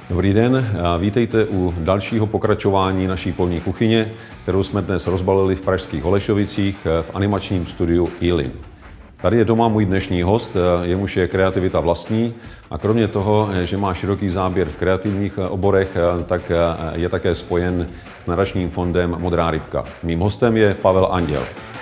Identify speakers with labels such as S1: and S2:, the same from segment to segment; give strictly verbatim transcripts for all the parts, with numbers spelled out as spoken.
S1: Dobrý den, vítejte u dalšího pokračování naší polní kuchyně, kterou jsme dnes rozbalili v pražských Holešovicích v animačním studiu E-Lin. Tady je doma můj dnešní host, jemuž je kreativita vlastní a kromě toho, že má široký záběr v kreativních oborech, tak je také spojen s nadačním fondem Modrá rybka. Mým hostem je Pavel Anděl.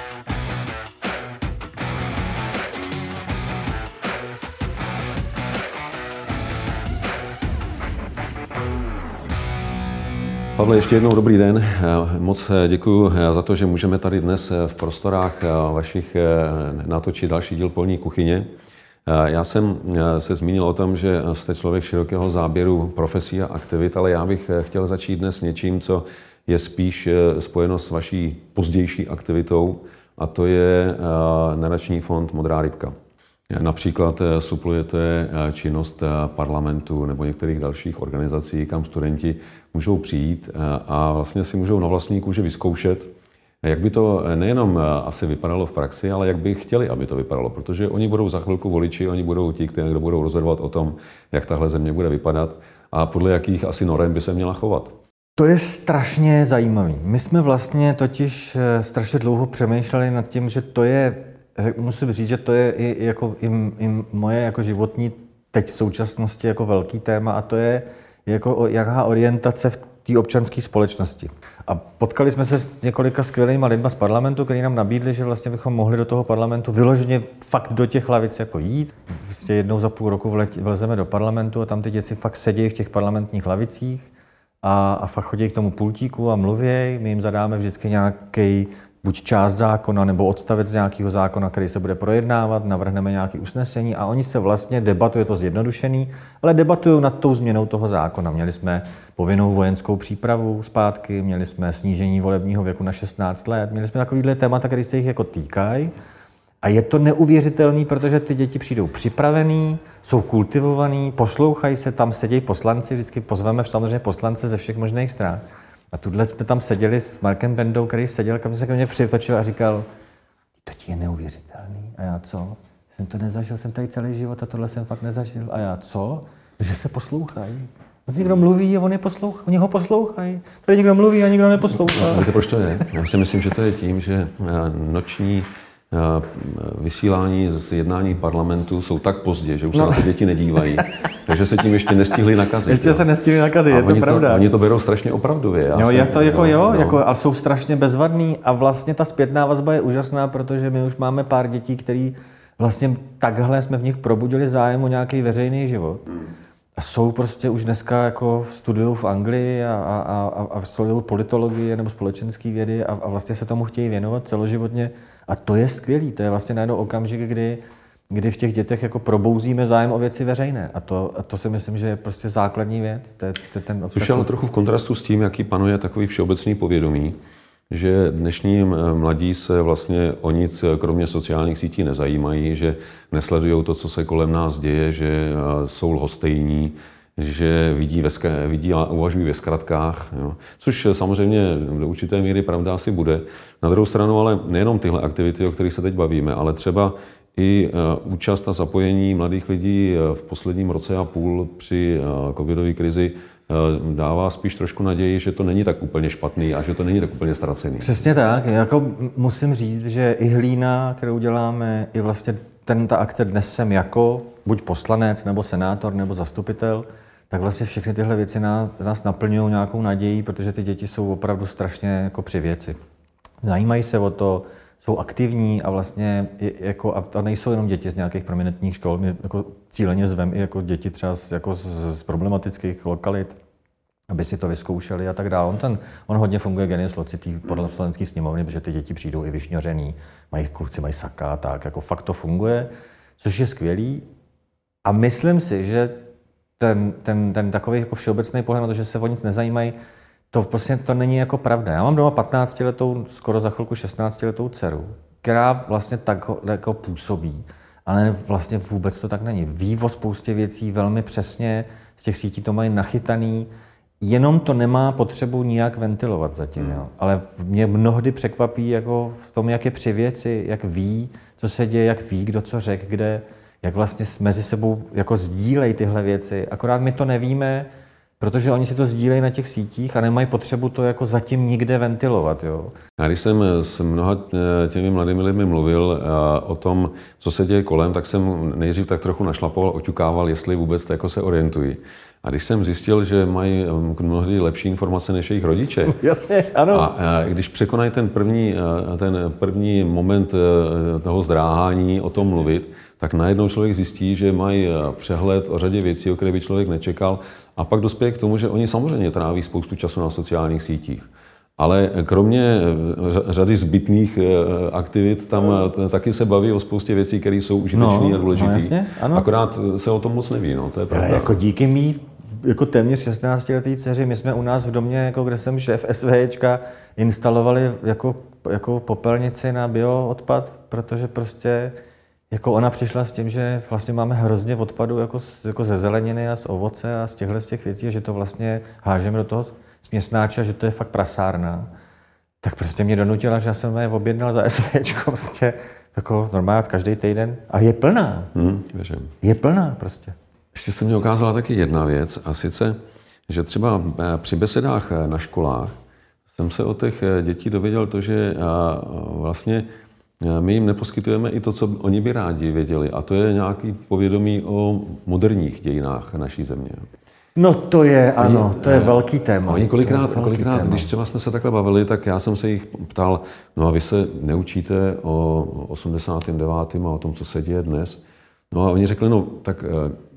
S1: Pavle, ještě jednou dobrý den. Moc děkuji za to, že můžeme tady dnes v prostorách vašich natočit další díl polní kuchyně. Já jsem se zmínil o tom, že jste člověk širokého záběru profesí a aktivit, ale já bych chtěl začít dnes něčím, co je spíš spojeno s vaší pozdější aktivitou, a to je nadační fond Modrá rybka. Například suplujete činnost parlamentu nebo některých dalších organizací, kam studenti můžou přijít a vlastně si můžou na vlastní kůži vyzkoušet, jak by to nejenom asi vypadalo v praxi, ale jak by chtěli, aby to vypadalo. Protože oni budou za chvilku voliči, oni budou ti, kdo budou rozhodovat o tom, jak tahle země bude vypadat a podle jakých asi norem by se měla chovat.
S2: To je strašně zajímavý. My jsme vlastně totiž strašně dlouho přemýšleli nad tím, že to je, musím říct, že to je i, jako, i, i moje jako životní teď v současnosti jako velký téma, a to je jako jaká orientace v té občanské společnosti. A potkali jsme se s několika skvělýma lidma z parlamentu, kteří nám nabídli, že vlastně bychom mohli do toho parlamentu vyloženě fakt do těch lavic jako jít. Vlastně jednou za půl roku vlezeme do parlamentu a tam ty děti fakt sedějí v těch parlamentních lavicích a, a fakt chodí k tomu pultíku a mluvějí. My jim zadáme vždycky nějaký buď část zákona nebo odstavec nějakého zákona, který se bude projednávat, navrhneme nějaké usnesení a oni se vlastně debatují, je to zjednodušený, ale debatují nad tou změnou toho zákona. Měli jsme povinnou vojenskou přípravu zpátky, měli jsme snížení volebního věku na šestnáct let, měli jsme takovýhle témata, které se jich jako týkají. A je to neuvěřitelný, protože ty děti přijdou připravený, jsou kultivovaný, poslouchají se, tam sedějí poslanci, vždycky pozveme samozřejmě poslance ze všech možných stran. A tuhle jsme tam seděli s Markem Bendou, který seděl, kam se ke mně přitočil a říkal, to ti je neuvěřitelný. A já co? Jsem to nezažil, jsem tady celý život a tohle jsem fakt nezažil. A já co? Že se poslouchají. On někdo mluví a on je poslouchá, oni ho poslouchají. Tady někdo mluví a někdo neposlouchá.
S1: No, víte, proč to je? Já si myslím, že to je tím, že noční vysílání z jednání parlamentu jsou tak pozdě, že už se no. na ty děti nedívají, takže se tím ještě nestihli nakazit.
S2: Ještě jo. se nestihli nakazit, a je to pravda.
S1: To, oni to berou strašně opravdově.
S2: Jo, je to jako jo, no. jako, ale jsou strašně bezvadný a vlastně ta zpětná vazba je úžasná, protože my už máme pár dětí, který vlastně takhle jsme v nich probudili zájem o nějaký veřejný život. A jsou prostě už dneska jako studují v Anglii a, a, a, a studují politologii nebo společenské vědy a, a vlastně se tomu chtějí věnovat celoživotně. A to je skvělý, to je vlastně najednou okamžik, kdy, kdy v těch dětech jako probouzíme zájem o věci veřejné. A to, a to si myslím, že je prostě základní věc. To je, to je ten
S1: Což je ale trochu v kontrastu s tím, jaký panuje takový všeobecný povědomí, že dnešní mladí se vlastně o nic kromě sociálních sítí nezajímají, že nesledují to, co se kolem nás děje, že jsou lhostejní, že vidí, ve, vidí a uvažují ve zkratkách, jo. Což samozřejmě do určité míry pravda asi bude. Na druhou stranu ale nejenom tyhle aktivity, o kterých se teď bavíme, ale třeba i účast a zapojení mladých lidí v posledním roce a půl při covidové krizi dává spíš trošku naději, že to není tak úplně špatný a že to není tak úplně ztracený.
S2: Přesně tak. Jako musím říct, že i hlína, kterou děláme, i vlastně ten, ta akce Dnes jsem jako, buď poslanec, nebo senátor, nebo zastupitel, tak vlastně všechny tyhle věci nás, nás naplňují nějakou nadějí, protože ty děti jsou opravdu strašně jako při věci. Zajímají se o to, jsou aktivní a vlastně jako, a to nejsou jenom děti z nějakých prominentních škol, my jako cíleně zveme i jako děti třeba z, jako z, z problematických lokalit, aby si to vyzkoušeli a tak dále. On, ten, on hodně funguje genius loci podle Poslanecké sněmovny, protože ty děti přijdou i vyšňořený, mají kluci, mají saka a tak, jako fakt to funguje, což je skvělý. A myslím si, že ten, ten, ten takový jako všeobecný pohled na to, že se o nic nezajímají, to prostě to není jako pravda. Já mám doma patnáctiletou, skoro za chvilku šestnáctiletou dceru, která vlastně tak jako působí, ale vlastně vůbec to tak není. Ví o spoustě věcí velmi přesně, z těch sítí to mají nachytaný, jenom to nemá potřebu nijak ventilovat zatím. Jo. Ale mě mnohdy překvapí jako v tom, jak je při věci, jak ví, co se děje, jak ví, kdo co řekl, kde, jak vlastně mezi sebou jako sdílejí tyhle věci. Akorát my to nevíme, protože oni si to sdílejí na těch sítích a nemají potřebu to jako zatím nikde ventilovat. Jo.
S1: Já když jsem s mnoha těmi mladými lidmi mluvil o tom, co se děje kolem, tak jsem nejdřív tak trochu našlapoval, oťukával, jestli vůbec jako se orientují. A když jsem zjistil, že mají mnohdy lepší informace než jejich rodiče,
S2: jasně, ano.
S1: A když překonají ten první, ten první moment toho zdráhání o tom mluvit, tak najednou člověk zjistí, že mají přehled o řadě věcí, o které by člověk nečekal, a pak dospěje k tomu, že oni samozřejmě tráví spoustu času na sociálních sítích. Ale kromě řady zbytných aktivit, tam taky se baví o spoustě věcí, které jsou užitečné
S2: no,
S1: a důležité.
S2: No jasně, ano.
S1: Akorát se o tom moc neví, no, to je pravda.
S2: Ale jako díky mý jako téměř šestnáctiletý dceři, my jsme u nás v domě, jako kde jsem šéf SVČka, instalovali jako, jako popelnici na bioodpad, protože prostě jako ona přišla s tím, že vlastně máme hrozně odpadu jako, jako ze zeleniny a z ovoce a z těchto z těch věcí, že to vlastně hážeme do toho směsnáče, že to je fakt prasárna. Tak prostě mě donutila, že já jsem je objednal za SVČko prostě jako normálně každý týden a je plná.
S1: Hmm,
S2: je plná prostě.
S1: Ještě se mi ukázala taky jedna věc, a sice, že třeba při besedách na školách jsem se od těch dětí dověděl to, že vlastně my jim neposkytujeme i to, co oni by rádi věděli, a to je nějaký povědomí o moderních dějinách naší země.
S2: No to je, ano, to je velký téma.
S1: Oni kolikrát, kolikrát
S2: téma.
S1: Když třeba jsme se takhle bavili, tak já jsem se jich ptal, no a vy se neučíte o osmdesátém devátém a o tom, co se děje dnes? No a oni řekli, no tak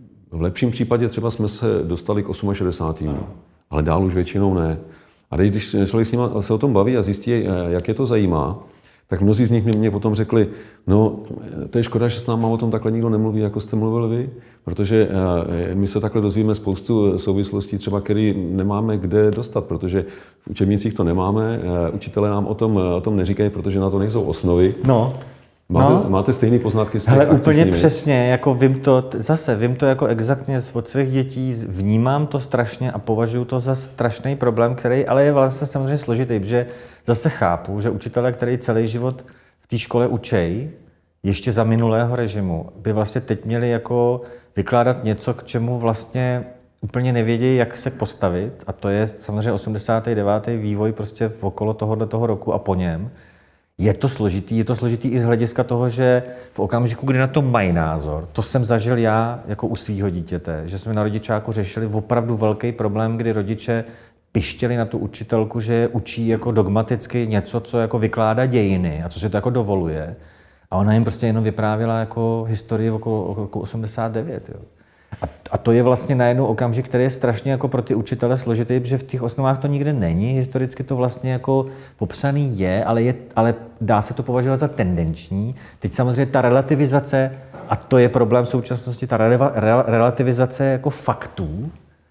S1: v lepším případě třeba jsme se dostali k šedesátému osmém, ale dál už většinou ne. A teď, když člověk s nimi se o tom baví a zjistí, jak je to zajímá, tak mnozí z nich mě potom řekli, no to je škoda, že s náma o tom takhle nikdo nemluví, jako jste mluvili vy, protože my se takhle dozvíme spoustu souvislostí, třeba které nemáme kde dostat, protože v učebnicích to nemáme, učitelé nám o tom, o tom neříkají, protože na to nejsou osnovy.
S2: No.
S1: Máte,
S2: no.
S1: máte stejné poznatky s těch
S2: Hele,
S1: akcí
S2: úplně
S1: s nimi?
S2: přesně, jako vím to, zase vím to jako exaktně od svých dětí, vnímám to strašně a považuji to za strašný problém, který ale je vlastně samozřejmě složitý, protože zase chápu, že učitelé, který celý život v té škole učej, ještě za minulého režimu, by vlastně teď měli jako vykládat něco, k čemu vlastně úplně nevědějí, jak se postavit, a to je samozřejmě osmdesátý devátý vývoj prostě okolo tohohle toho roku a po něm. Je to složitý, je to složitý i z hlediska toho, že v okamžiku, kdy na to mají názor, to jsem zažil já jako u svýho dítěte, že jsme na rodičáku řešili opravdu velký problém, kdy rodiče pištěli na tu učitelku, že učí jako dogmaticky něco, co jako vykládá dějiny a co si to jako dovoluje. A ona jim prostě jenom vyprávěla jako historii okolo, okolo osmdesát devět. Jo. A, a to je vlastně najednou okamžik, který je strašně jako pro ty učitele složitý, protože v těch osnovách to nikde není, historicky to vlastně jako popsaný je, ale, je, ale dá se to považovat za tendenční. Teď samozřejmě ta relativizace, a to je problém v současnosti, ta releva, rel, relativizace jako faktů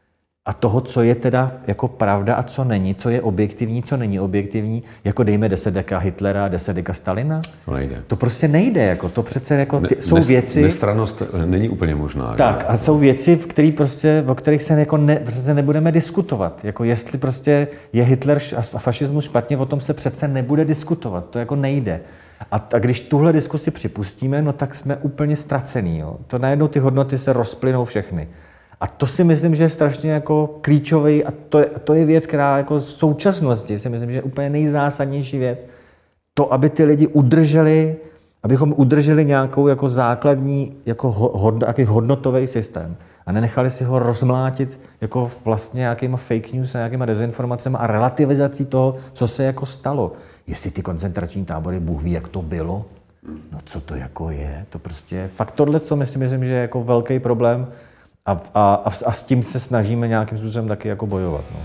S2: a toho, co je teda jako pravda a co není, co je objektivní, co není objektivní, jako dejme deset deka Hitlera a deset deka Stalina.
S1: To nejde.
S2: To prostě nejde, jako to přece jako ty,
S1: ne,
S2: jsou
S1: nes,
S2: věci.
S1: Nestrannost není úplně možná.
S2: Tak a jsou věci, v který prostě, o kterých se jako ne, přece nebudeme diskutovat. Jako jestli prostě je Hitler a fašismus špatně, o tom se přece nebude diskutovat. To jako nejde. A, a když tuhle diskusi připustíme, no tak jsme úplně ztracený. Jo. To najednou ty hodnoty se rozplynou všechny. A to si myslím, že je strašně jako klíčový a to je, to je věc, která jako v současnosti si myslím, že je úplně nejzásadnější věc. To, aby ty lidi udrželi, abychom udrželi nějakou jako základní jako hod, hodnotový systém a nenechali si ho rozmlátit jako vlastně nějakýma fake news a nějakýma dezinformacemi a relativizací toho, co se jako stalo. Jestli ty koncentrační tábory, Bůh ví, jak to bylo, no co to jako je, to prostě fakt tohle, co my si myslím, že je jako velký problém. A, a, a s tím se snažíme nějakým způsobem taky jako bojovat. No.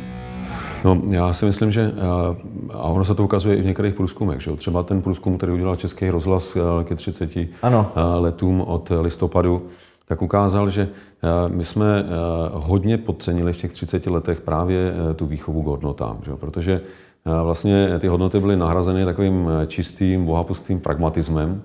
S1: No, já si myslím, že, a ono se to ukazuje i v některých průzkumech, že třeba ten průzkum, který udělal Český rozhlas ke třiceti ano. letům od listopadu, tak ukázal, že my jsme hodně podcenili v těch třiceti letech právě tu výchovu k hodnotám, že? Protože vlastně ty hodnoty byly nahrazeny takovým čistým, bohapustým pragmatismem,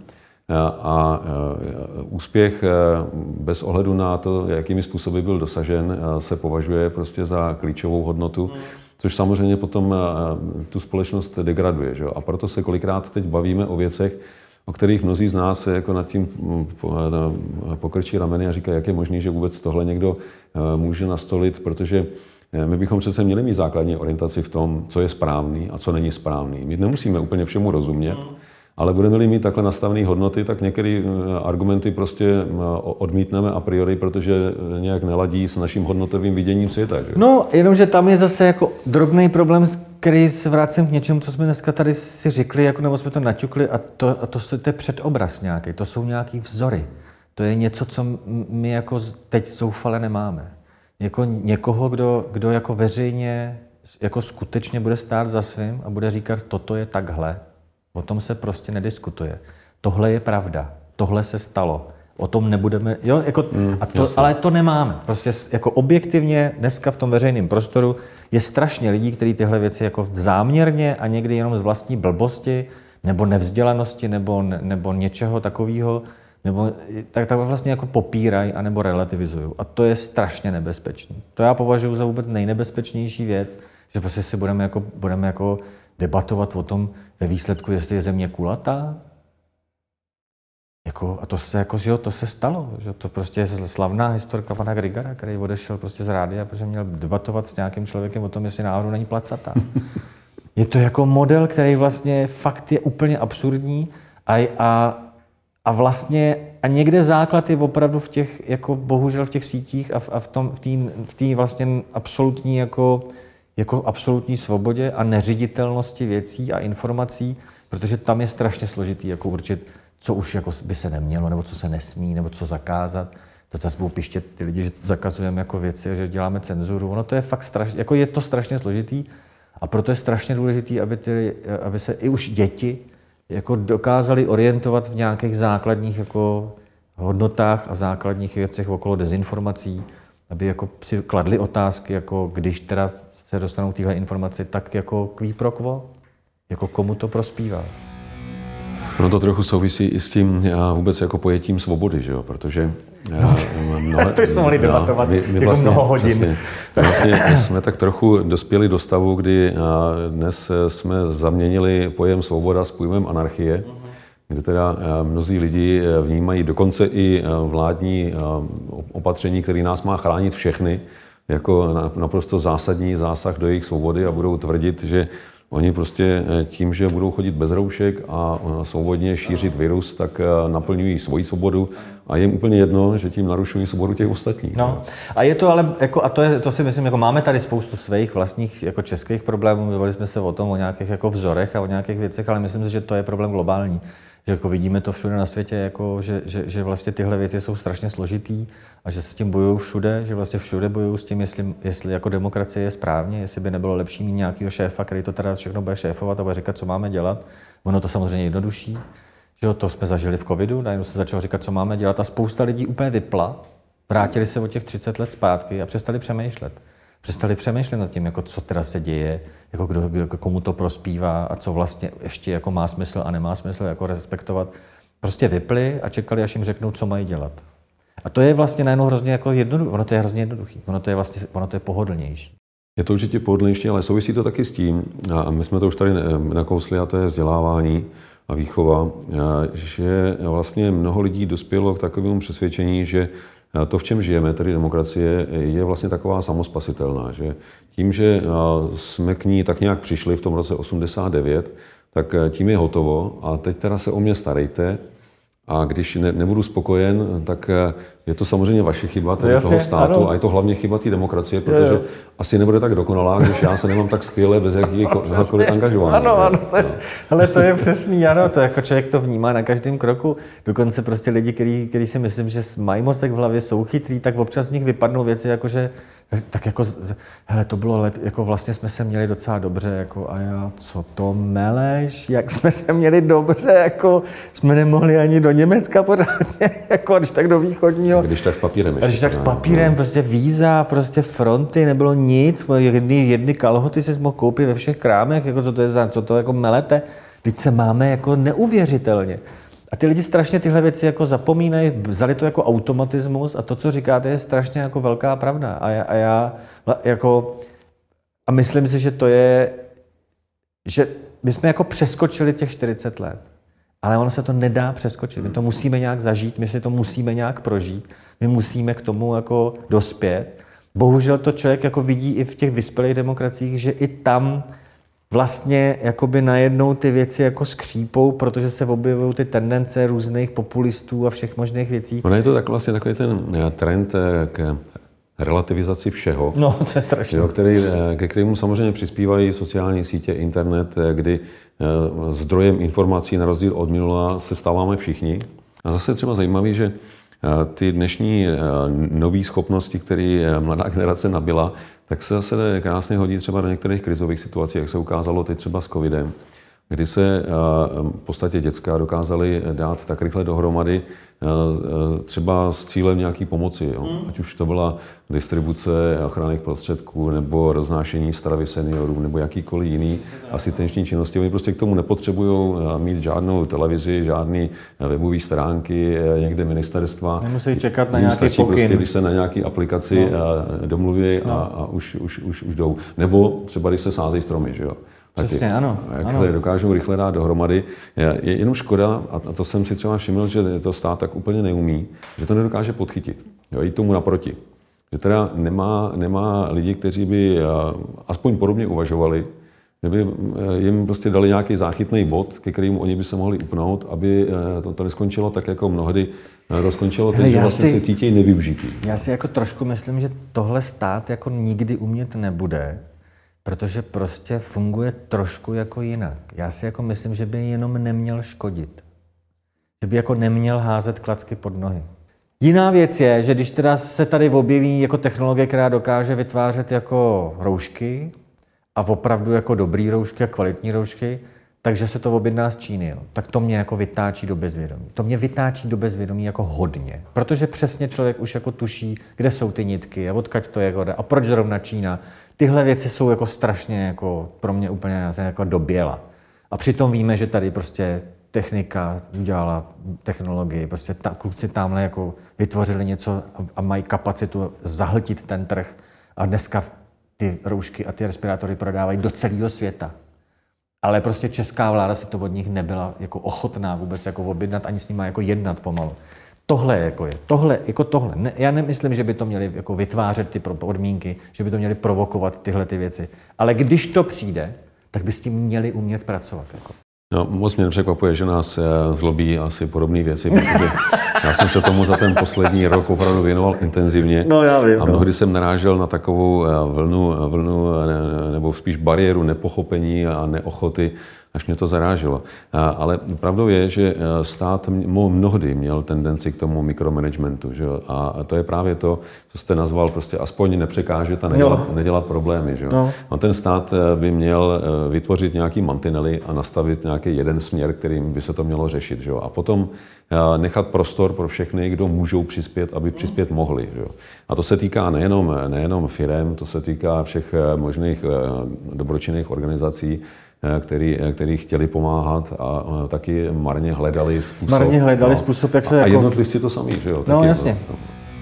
S1: a úspěch bez ohledu na to, jakými způsoby byl dosažen, se považuje prostě za klíčovou hodnotu, což samozřejmě potom tu společnost degraduje. Že? A proto se kolikrát teď bavíme o věcech, o kterých mnozí z nás se jako nad tím pokrčí rameny a říkají, jak je možné, že vůbec tohle někdo může nastolit, protože my bychom přece měli mít základní orientaci v tom, co je správný a co není správný. My nemusíme úplně všemu rozumět, ale budeme-li mít takhle nastavené hodnoty, tak některé argumenty prostě odmítneme a priori, protože nějak neladí s naším hodnotovým viděním světa. Že?
S2: No, jenomže tam je zase jako drobný problém, který se vracím k něčemu, co jsme dneska tady si řekli, jako nebo jsme to naťukli, a to, a to, to je předobraz nějaký, to jsou nějaký vzory. To je něco, co my jako teď zoufale nemáme. Jako někoho, kdo, kdo jako veřejně jako skutečně bude stát za svým a bude říkat, toto je takhle. O tom se prostě nediskutuje. Tohle je pravda. Tohle se stalo. O tom nebudeme... Jo, jako, mm, a to, ale to nemáme. Prostě jako objektivně dneska v tom veřejném prostoru je strašně lidí, kteří tyhle věci jako záměrně a někdy jenom z vlastní blbosti nebo nevzdělanosti nebo, nebo něčeho takového, nebo tak, tak vlastně jako popírají anebo relativizují. A to je strašně nebezpečný. To já považuji za vůbec nejnebezpečnější věc, že prostě si budeme jako, budeme jako debatovat o tom ve výsledku, jestli je země kulatá. Jako, a to se, jako, že jo, to se stalo. Že to prostě je slavná historka pana Grigara, který odešel prostě z rádia, protože měl debatovat s nějakým člověkem o tom, jestli náhodou není placatá. Je to jako model, který vlastně fakt je úplně absurdní a, a, a vlastně a někde základ je opravdu v těch, jako bohužel v těch sítích a v, a v tom, v té v té vlastně absolutní jako jako absolutní svobodě a neřiditelnosti věcí a informací, protože tam je strašně složitý jako určit, co už jako by se nemělo, nebo co se nesmí, nebo co zakázat. To zase budou pištět ty lidi, že zakazujeme jako věci, že děláme cenzuru. Ono to je fakt strašně, jako je to strašně složitý a proto je strašně důležitý, aby, ty, aby se i už děti jako dokázali orientovat v nějakých základních jako hodnotách a základních věcech okolo dezinformací, aby jako si kladli otázky, jako když teda se dostanou tyhle informace, tak jako qui pro quo, jako komu to prospívá.
S1: No to trochu souvisí i s tím vůbec jako pojetím svobody, že jo, protože...
S2: No, mnoho, to jsme mohli debatovat my, my jako
S1: vlastně,
S2: mnoho hodin.
S1: Přesně, vlastně jsme tak trochu dospěli do stavu, kdy dnes jsme zaměnili pojem svoboda s pojmem anarchie, kde teda mnozí lidi vnímají dokonce i vládní opatření, které nás má chránit všechny, jako naprosto zásadní zásah do jejich svobody a budou tvrdit, že oni prostě tím, že budou chodit bez roušek a svobodně šířit virus, tak naplňují svoji svobodu a je jim úplně jedno, že tím narušují svobodu těch ostatních.
S2: No. A je to ale, jako, a to, je, to si myslím, jako máme tady spoustu svých vlastních jako českých problémů, mluvili jsme se o tom, o nějakých jako vzorech a o nějakých věcech, ale myslím si, že to je problém globální. Že jako vidíme to všude na světě, jako, že, že, že vlastně tyhle věci jsou strašně složitý a že s tím bojují všude, že vlastně všude bojují s tím, jestli, jestli jako demokracie je správně, jestli by nebylo lepší mít nějakého šéfa, který to teda všechno bude šéfovat a bude říkat, co máme dělat. Ono to samozřejmě jednodušší. Že jo, to jsme zažili v covidu, najednou se začalo říkat, co máme dělat a spousta lidí úplně vypla, vrátili se o těch třicet let zpátky a přestali přemýšlet. Přestali přemýšlet nad tím, jako co teda se děje, jako kdo, kdo, komu to prospívá a co vlastně ještě jako má smysl a nemá smysl jako respektovat. Prostě vypli a čekali, až jim řeknou, co mají dělat. A to je vlastně najednou hrozně jako jednoduché. Ono to je hrozně jednoduché. Ono to je vlastně, ono to je pohodlnější.
S1: Je to určitě pohodlnější, ale souvisí to taky s tím, a my jsme to už tady nakousli, a to je vzdělávání a výchova, že vlastně mnoho lidí dospělo k takovému přesvědčení, že to, v čem žijeme, tedy demokracie, je vlastně taková samospasitelná, že tím, že jsme k ní tak nějak přišli v tom roce osmdesát devět, tak tím je hotovo a teď teda se o mě starejte a když ne, nebudu spokojen, tak je to samozřejmě vaše chyba, tedy toho státu ano. A je to hlavně chyba té demokracie, protože jo, jo. asi nebude tak dokonalá, když já se nemám tak skvěle bez jakýkoliv angažování.
S2: Ano, ano, to je, ale to je přesný, ano, to jako člověk to vnímá na každém kroku. Dokonce prostě lidi, který, který si myslím, že mají mozek v hlavě, jsou chytrý, tak občas z nich vypadnou věci, jako že tak jako, hele, to bylo lep, jako vlastně jsme se měli docela dobře, jako a já, co to meleš, jak jsme se měli dobře, jako jsme nemohli ani do Německa pořádně, jako když tak do východního.
S1: Když tak s papírem ještě.
S2: Když tak s papírem, no. Prostě víza, prostě fronty, nebylo nic, jedny, jedny kalhoty si mohl koupit ve všech krámech, jako co to je za, co to jako melete, teď se máme jako neuvěřitelně. A ty lidi strašně tyhle věci jako zapomínají, vzali to jako automatismus a to, co říkáte, je strašně jako velká pravda. A já, a já jako, a myslím si, že to je, že my jsme jako přeskočili těch čtyřicet let. Ale ono se to nedá přeskočit. My to musíme nějak zažít, my si to musíme nějak prožít, my musíme k tomu jako dospět. Bohužel to člověk jako vidí i v těch vyspělých demokraciích, že i tam vlastně jakoby najednou ty věci jako skřípou, protože se objevují ty tendence různých populistů a všech možných věcí.
S1: Ono je to tak vlastně takový ten trend k relativizaci všeho,
S2: no, to je strašné.
S1: Jo, který, ke kterému samozřejmě přispívají sociální sítě, internet, kdy zdrojem informací na rozdíl od minula se stáváme všichni. A zase třeba zajímavé, že ty dnešní nové schopnosti, které mladá generace nabyla, tak se zase krásně hodí třeba do některých krizových situací, jak se ukázalo teď třeba s covidem, kdy se v podstatě děcka dokázali dát tak rychle dohromady třeba s cílem nějaký pomoci. Jo.
S2: Hmm.
S1: Ať už to byla distribuce ochranných prostředků nebo roznášení stravy seniorů nebo jakýkoliv jiný asistenční činnosti. Oni prostě k tomu nepotřebují mít žádnou televizi, žádné webové stránky, někde ministerstva.
S2: Nemusí čekat na
S1: Jim
S2: nějaký
S1: stačí
S2: pokyn.
S1: prostě, když se na nějaký aplikaci no. domluví
S2: no.
S1: a, a už, už, už, už jdou. Nebo třeba, když se sázejí stromy, že jo.
S2: Přesně, ano.
S1: Jak
S2: ano.
S1: se dokážou rychle dát dohromady. Je jenom škoda, a to jsem si třeba všiml, že to stát tak úplně neumí, že to nedokáže podchytit. Jo, jít tomu naproti. Že teda nemá, nemá lidi, kteří by aspoň podobně uvažovali, že by jim prostě dali nějaký záchytný bod, ke kterému oni by se mohli upnout, aby to, to neskončilo tak, jako mnohdy to skončilo teď, že vlastně
S2: si,
S1: se cítí nevyužitý.
S2: Já si jako trošku myslím, že tohle stát jako nikdy umět nebude, protože prostě funguje trošku jako jinak. Já si jako myslím, že by jenom neměl škodit. Že by jako neměl házet klacky pod nohy. Jiná věc je, že když teda se tady objeví jako technologie, která dokáže vytvářet jako roušky a opravdu jako dobrý roušky a kvalitní roušky, takže se to objedná z Číny. Jo. Tak to mě jako vytáčí do bezvědomí. To mě vytáčí do bezvědomí jako hodně. Protože přesně člověk už jako tuší, kde jsou ty nitky a odkud to je a proč zrovna Čína. Tyhle věci jsou jako strašně jako pro mě úplně jako doběla. A přitom víme, že tady prostě technika udělala technologii, prostě ta, kluci tamhle jako vytvořili něco a mají kapacitu zahltit ten trh a dneska ty roušky a ty respirátory prodávají do celého světa. Ale prostě česká vláda si to od nich nebyla jako ochotná vůbec jako objednat, ani s nimi jako jednat pomalu. Tohle jako je, tohle, jako tohle. Ne, já nemyslím, že by to měli jako vytvářet ty podmínky, že by to měli provokovat tyhle ty věci. Ale když to přijde, tak by s tím měli umět pracovat. Jako.
S1: No, moc mě nepřekvapuje, že nás zlobí asi podobné věci, protože já jsem se tomu za ten poslední rok opravdu věnoval intenzivně.
S2: No, já vím,
S1: a mnohdy no. jsem narážel na takovou vlnu, vlnu nebo spíš bariéru nepochopení a neochoty, až mě to zaráželo. Ale pravdou je, že stát mnohdy měl tendenci k tomu mikromanagementu. Že? A to je právě to, co jste nazval, prostě aspoň nepřekážet a nedělat, no. nedělat problémy. Že? No. A ten stát by měl vytvořit nějaký mantinely a nastavit nějaký jeden směr, kterým by se to mělo řešit. Že? A potom nechat prostor pro všechny, kdo můžou přispět, aby přispět mohli. Že? A to se týká nejenom, nejenom firem, to se týká všech možných dobročinných organizací, Který, který chtěli pomáhat a taky marně hledali způsob.
S2: Marně hledali
S1: no.
S2: způsob, jak se
S1: a
S2: jako...
S1: A jednotlivci to sami, že jo?
S2: No,
S1: taky,
S2: jasně.
S1: No.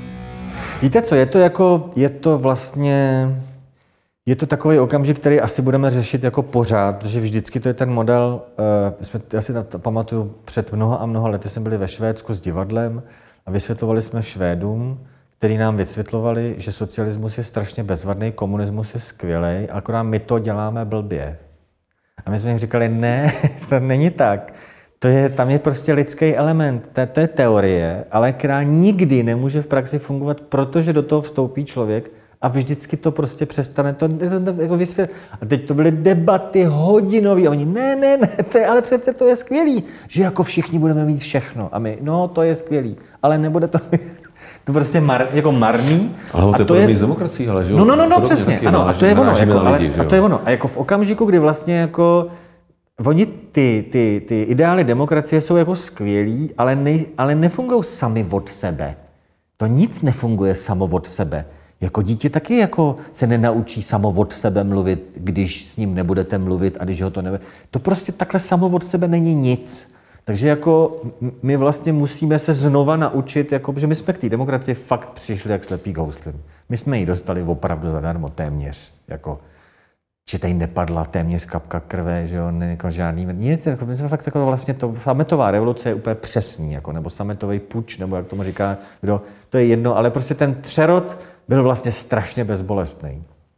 S2: Víte co, je to jako, je to vlastně, je to takový okamžik, který asi budeme řešit jako pořád, protože vždycky to je ten model, uh, jsme, já si to pamatuju, před mnoha a mnoha lety jsme byli ve Švédsku s divadlem a vysvětlovali jsme Švédům, který nám vysvětlovali, že socialismus je strašně bezvadný, komunismus je skvělej, akorát my to děláme blbě. A my jsme jim říkali, ne, to není tak. To je, tam je prostě lidský element. To, to je teorie, ale která nikdy nemůže v praxi fungovat, protože do toho vstoupí člověk a vždycky to prostě přestane to, to, to jako vysvětlit. A teď to byly debaty hodinový a oni, ne, ne, ne, to je, ale přece to je skvělý, že jako všichni budeme mít všechno. A my, no, to je skvělý, ale nebude to... To prostě mar, jako marný.
S1: Ale to, to je podobný s demokracií, ale že jo?
S2: No, no, no, no přesně, ano, a to je ono, jako, ale,
S1: lidi,
S2: a to je ono. A jako v okamžiku, kdy vlastně jako, oni ty, ty, ty ideály demokracie jsou jako skvělý, ale, nej, ale nefungují sami od sebe. To nic nefunguje samo od sebe. Jako dítě taky jako se nenaučí samo od sebe mluvit, když s ním nebudete mluvit a když ho to nebude. To prostě takhle samo od sebe není nic. Takže jako my vlastně musíme se znova naučit, jako, že my jsme k té demokracii fakt přišli jak slepý k houslím. My jsme ji dostali opravdu zadarmo téměř. Jako. že tady nepadla téměř kapka krve, že jo, jako žádný, nic, jako, my jsme fakt jako vlastně to, sametová revoluce je úplně přesný, jako, nebo sametový puč, nebo jak tomu říká kdo, to je jedno, ale prostě ten přerod byl vlastně strašně bezbolestný.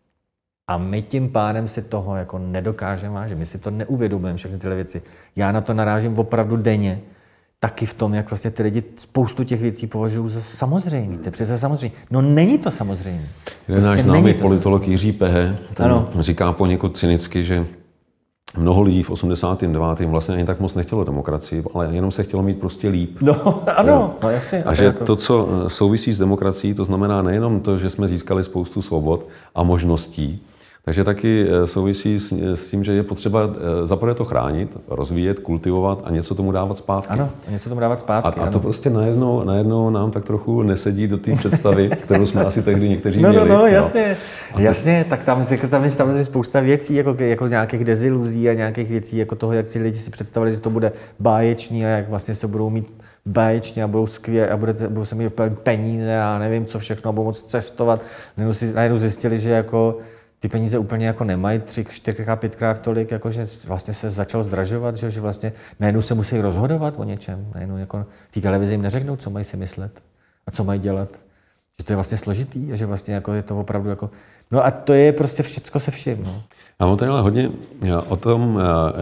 S2: A my tím pádem si toho jako nedokážeme vážit, my si to neuvědomujeme, všechny tyhle věci. Já na to narážím opravdu denně, taky v tom, jak vlastně ty lidi spoustu těch věcí považují za samozřejmé. To je přece samozřejmé. No není to samozřejmé.
S1: Jeden náš známý politolog Jiří Pehe říká poněkud cynicky, že mnoho lidí v osmdesátém devátém vlastně ani tak moc nechtělo demokracii, ale jenom se chtělo mít prostě líp.
S2: No ano, no jasně.
S1: A že jako... to, co souvisí s demokracií, to znamená nejenom to, že jsme získali spoustu svobod a možností, takže taky souvisí s, s tím, že je potřeba zaprvé to chránit, rozvíjet, kultivovat a něco tomu dávat zpátky.
S2: Ano, něco tomu dávat zpátky.
S1: A, a to prostě najednou, najednou nám tak trochu nesedí do té představy, kterou jsme asi tehdy někteří
S2: no,
S1: měli.
S2: No, no, jasně, to... jasně, tak tam, tam je samozřejmě spousta věcí, jako, jako nějakých deziluzí a nějakých věcí, jako toho, jak si lidi si představili, že to bude báječný a jak vlastně se budou mít báječně a budou skvělé a budete, budou se mít peníze a nevím co všechno, budou moct cestovat. Najednou zjistili, že jako ty peníze úplně jako nemají tři, čtyřikrát, pětkrát tolik, jako že vlastně se začalo zdražovat, že, že vlastně najednou se musí rozhodovat o něčem. Najednou jako ty televize jim neřeknou, co mají si myslet a co mají dělat. Že to je vlastně složitý a že vlastně jako je to opravdu jako... No a to je prostě všecko se vším. No.
S1: A on tady ale hodně o tom,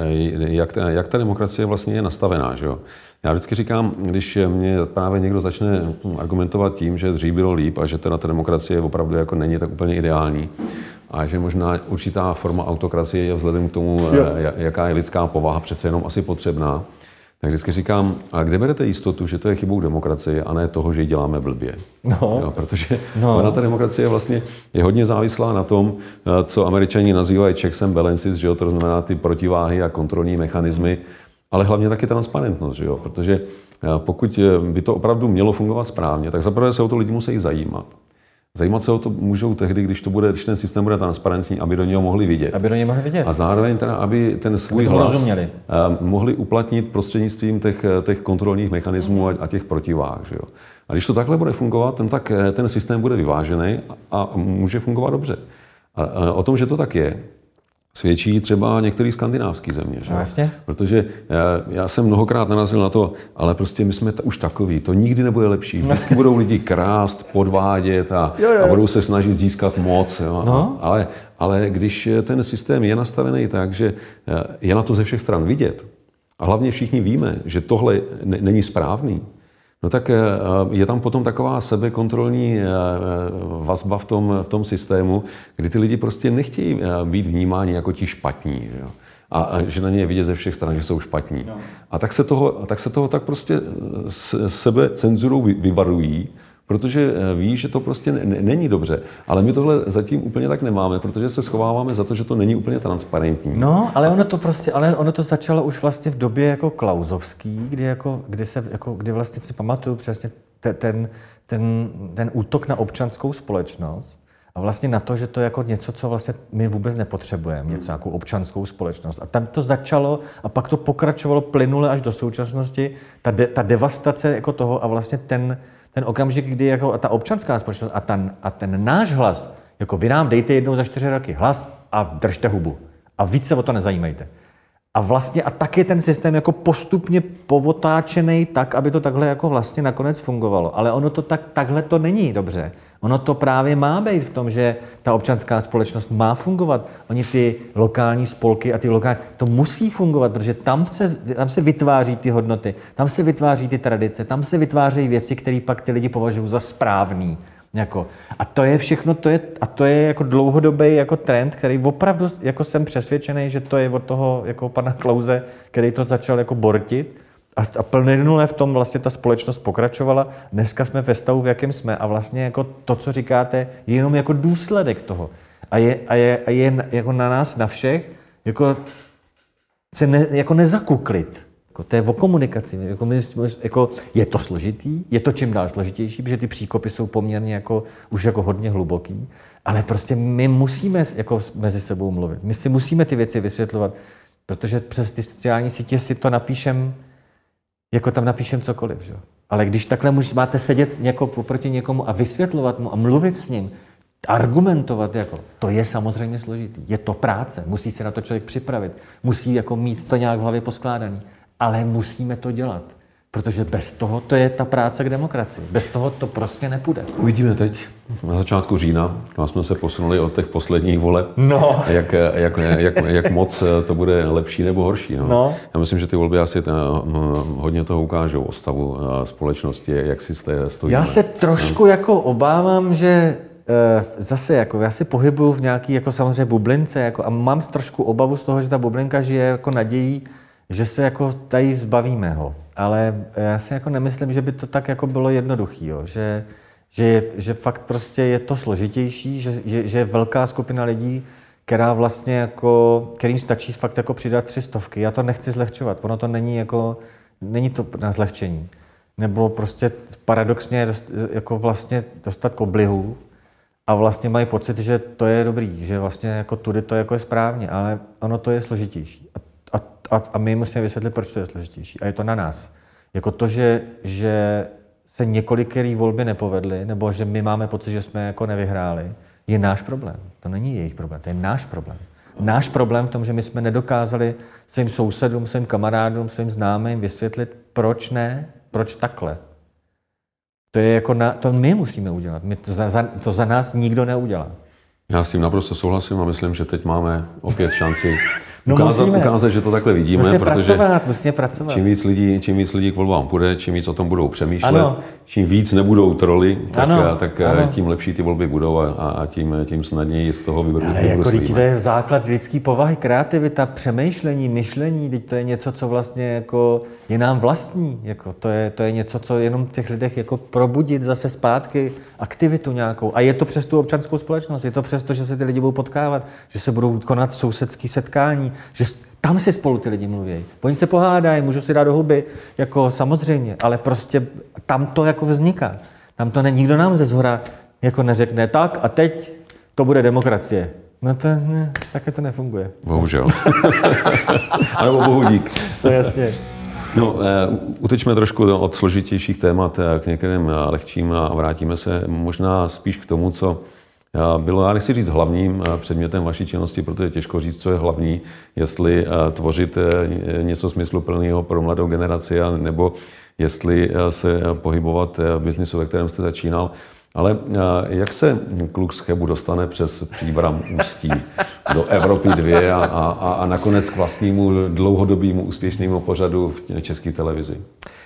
S1: jak ta, jak ta demokracie vlastně je nastavená. Že jo? Já vždycky říkám, když mě právě někdo začne argumentovat tím, že dřív bylo líp a že teda ta demokracie opravdu jako není tak úplně ideální a že možná určitá forma autokracie je vzhledem k tomu, jo. jaká je lidská povaha přece jenom asi potřebná, tak vždycky říkám, a kde berete jistotu, že to je chybou demokracie a ne toho, že ji děláme blbě?
S2: No.
S1: Jo, protože
S2: no.
S1: ona ta demokracie vlastně je hodně závislá na tom, co Američani nazývají checks and balances, že jo, to znamená ty protiváhy a kontrolní mechanismy, ale hlavně taky transparentnost, že jo, protože pokud by to opravdu mělo fungovat správně, tak zaprvé se o to lidi musí zajímat. Zajímat se o to můžou tehdy, když, to bude, když ten systém bude transparentní, aby do něho mohli vidět.
S2: Aby do něho mohli vidět.
S1: A zároveň teda, aby ten svůj
S2: aby
S1: hlas
S2: rozuměli.
S1: mohli uplatnit prostřednictvím těch, těch kontrolních mechanismů a, a těch protiváh. Že jo. A když to takhle bude fungovat, ten, tak ten systém bude vyvážený a, a může fungovat dobře. A, a o tom, že to tak je, svědčí třeba některé skandinávské země. Že?
S2: Vlastně?
S1: Protože já, já jsem mnohokrát narazil na to, ale prostě my jsme t- už takový, to nikdy nebude lepší. Vždycky budou lidi krást, podvádět a,
S2: jo, jo.
S1: a budou se snažit získat moc. Jo?
S2: No.
S1: Ale, ale když ten systém je nastavený tak, že je na to ze všech stran vidět a hlavně všichni víme, že tohle n- není správný, no tak je tam potom taková sebekontrolní vazba v tom, v tom systému, kdy ty lidi prostě nechtějí být vnímáni jako ti špatní. Jo? A, a že na ně je vidět ze všech stran, že jsou špatní. No. A tak se toho tak, se toho tak prostě s sebe cenzurou vyvarují, protože ví, že to prostě není dobře. Ale my tohle zatím úplně tak nemáme, protože se schováváme za to, že to není úplně transparentní.
S2: No, ale ono to prostě, ale ono to začalo už vlastně v době jako klauzovský, kdy jako, kdy se, jako, kdy vlastně si pamatuju přesně ten, ten, ten, ten útok na občanskou společnost a vlastně na to, že to je jako něco, co vlastně my vůbec nepotřebujeme, něco nějakou občanskou společnost. A tam to začalo a pak to pokračovalo plynule až do současnosti, ta, de, ta devastace jako toho a vlastně ten Ten okamžik, kdy jako ta občanská společnost a ten, a ten náš hlas, jako vy nám dejte jednou za čtyři roky hlas a držte hubu. A víc se o to nezajímejte. A vlastně, a tak je ten systém jako postupně povotáčený tak, aby to takhle jako vlastně nakonec fungovalo. Ale ono to tak, takhle to není dobře. Ono to právě má být v tom, že ta občanská společnost má fungovat. Oni ty lokální spolky a ty lokální, to musí fungovat, protože tam se, tam se vytváří ty hodnoty, tam se vytváří ty tradice, tam se vytvářejí věci, které pak ty lidi považují za správný. Jako. A to je všechno, to je, a to je jako dlouhodobý jako trend, který opravdu jako jsem přesvědčený, že to je od toho jako pana Klause, který to začal jako bortit. A, a plnynule v tom vlastně ta společnost pokračovala. Dneska jsme ve stavu, v jakém jsme. A vlastně jako to, co říkáte, je jenom jako důsledek toho. A je, a je, a je jako na nás, na všech, jako se ne, jako nezakuklit. Jako to je o komunikaci. Jako my, jako je to složitý, je to čím dál složitější, protože ty příkopy jsou poměrně jako, už jako hodně hluboký, ale prostě my musíme jako mezi sebou mluvit. My si musíme ty věci vysvětlovat, protože přes ty sociální sítě si to napíšem, jako tam napíšem cokoliv. Že? Ale když takhle můž, máte sedět něko, oproti někomu a vysvětlovat mu a mluvit s ním, argumentovat, jako, to je samozřejmě složitý. Je to práce, musí se na to člověk připravit, musí jako mít to nějak v hlavě poskládaný, ale musíme to dělat. Protože bez toho to je ta práce k demokracii. Bez toho to prostě nepůjde.
S1: Uvidíme teď na začátku října, kam jsme se posunuli od těch posledních voleb,
S2: no.
S1: jak, jak, jak, jak moc to bude lepší nebo horší. No.
S2: No.
S1: Já myslím, že ty volby asi hodně toho ukážou o stavu společnosti, jak si stojíme.
S2: Já se trošku no. jako obávám, že zase jako já si pohybuju v nějaký jako samozřejmě bublince jako, a mám trošku obavu z toho, že ta bublinka žije jako nadějí, že se jako tady zbavíme ho. Ale já si jako nemyslím, že by to tak jako bylo jednoduchý, jo. Že, že, že fakt prostě je to složitější, že, že, že je velká skupina lidí, která vlastně jako, kterým stačí fakt jako přidat tři stovky. Já to nechci zlehčovat, ono to není jako, není to na zlehčení. Nebo prostě paradoxně dost, jako vlastně dostat koblihu a vlastně mají pocit, že to je dobrý, že vlastně jako tudy to jako je správně, ale ono to je složitější. A, a, a my musíme vysvětlit, proč to je složitější. A je to na nás. Jako to, že, že se několikerý volby nepovedly, nebo že my máme pocit, že jsme jako nevyhráli, je náš problém. To není jejich problém, to je náš problém. Náš problém v tom, že my jsme nedokázali svým sousedům, svým kamarádům, svým známým vysvětlit, proč ne, proč takhle. To je jako na, to my musíme udělat. My to, za, to za nás nikdo neudělá.
S1: Já s tím naprosto souhlasím a myslím, že teď máme opět šanci
S2: no
S1: ukázat, ukázat, že to takhle vidíme,
S2: musíme
S1: protože
S2: pracovat, musíme pracovat.
S1: Čím víc lidí, čím víc lidí k volbám půjde, čím víc o tom budou přemýšlet,
S2: ano.
S1: čím víc nebudou troly, tak,
S2: ano.
S1: tak
S2: ano.
S1: tím lepší ty volby budou a, a tím, tím snadněji z toho vybrát.
S2: Ale jako to je základ lidské povahy, kreativita, přemýšlení, myšlení, teď to je něco, co vlastně jako je nám vlastní. Jako to, je, to je něco, co jenom v těch lidech jako probudit zase zpátky aktivitu nějakou. A je to přes tu občanskou společnost, je to přes to, že se ty lidi budou potkávat, že se budou konat sousedské setkání, že tam si spolu ty lidi mluví. Oni se pohádají, můžou si dát do huby, jako samozřejmě, ale prostě tam to jako vzniká. Tam to ne, nikdo nám ze zhora jako neřekne tak a teď to bude demokracie. No to ne, také to nefunguje.
S1: Bohužel. Ano, bohu dík.
S2: No jasně.
S1: No, utečme trošku od složitějších témat k některým lehčím a vrátíme se možná spíš k tomu, co bylo, já nechci říct hlavním předmětem vaší činnosti, protože je těžko říct, co je hlavní, jestli tvořit něco smysluplného pro mladou generaci, nebo jestli se pohybovat v biznisu, ve kterém jste začínal. Ale jak se kluk z Chebu dostane přes Příbram, Ústí do Evropy dvě a, a, a nakonec k vlastnímu dlouhodobému úspěšnému pořadu v České televizi?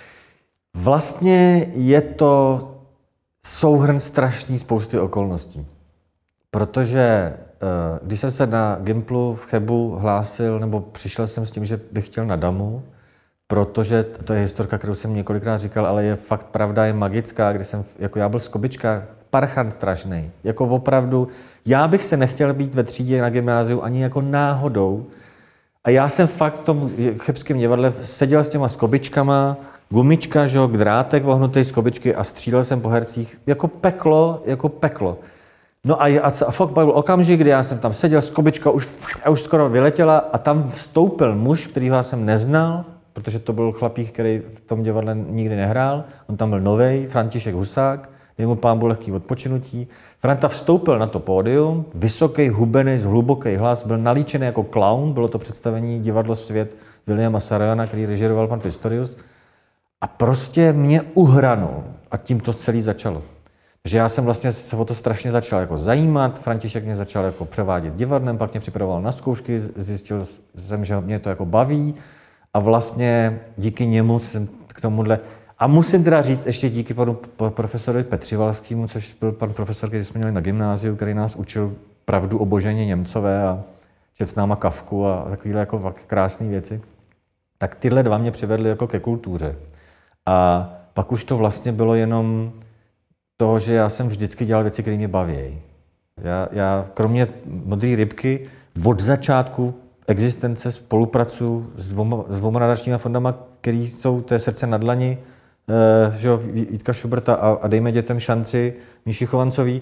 S2: Vlastně je to souhrn strašný spousty okolností. Protože když jsem se na Gimplu v Chebu hlásil, nebo přišel jsem s tím, že bych chtěl na Damu, protože to je historka, kterou jsem několikrát říkal, ale je fakt pravda, je magická, když jsem, jako já byl skobička, parchan strašný. Jako opravdu, já bych se nechtěl být ve třídě na gymnáziu ani jako náhodou. A já jsem fakt v tom chebském divadle seděl s těma skobičkama, gumička, žok, drátek vohnutý skobičky a střílel jsem po hercích jako peklo, jako peklo. No a, a, a fakt byl okamžik, kdy já jsem tam seděl, skobička už, a už skoro vyletěla a tam vstoupil muž, kterýho já jsem neznal, protože to byl chlapík, který v tom divadle nikdy nehrál. On tam byl novej, František Husák, dej mu pánbu lehký odpočinutí. Franta vstoupil na to pódium, vysoký, hubený, hluboký hlas, byl nalíčený jako klaun, bylo to představení Divadlo Svět Williama Sarojana, který režíroval pan Pistorius. A prostě mě uhranul a tím to celé začalo. Takže já jsem vlastně se o to strašně začal jako zajímat, František mě začal jako převádět divadlem, pak mě připravoval na zkoušky, zjistil jsem, že mě to jako baví a vlastně díky němu jsem k tomuhle... A musím teda říct ještě díky panu profesorovi Petřivalskému, což byl pan profesor, který jsme měli na gymnáziu, který nás učil pravdu o Boženě Němcové a četl s náma Kafku a takovéhle jako krásné věci. Tak tyhle dva mě přivedly jako ke kultuře. A pak už to vlastně bylo jenom to, že já jsem vždycky dělal věci, které mě baví. Já, já kromě Modré rybky od začátku existence spolupracuji s dvoma, s dvoma nadačníma fondama, který jsou, to je Srdce na dlani, eh, že Jitka Šuberta a, a Dejme dětem šanci, Míši Chovancový.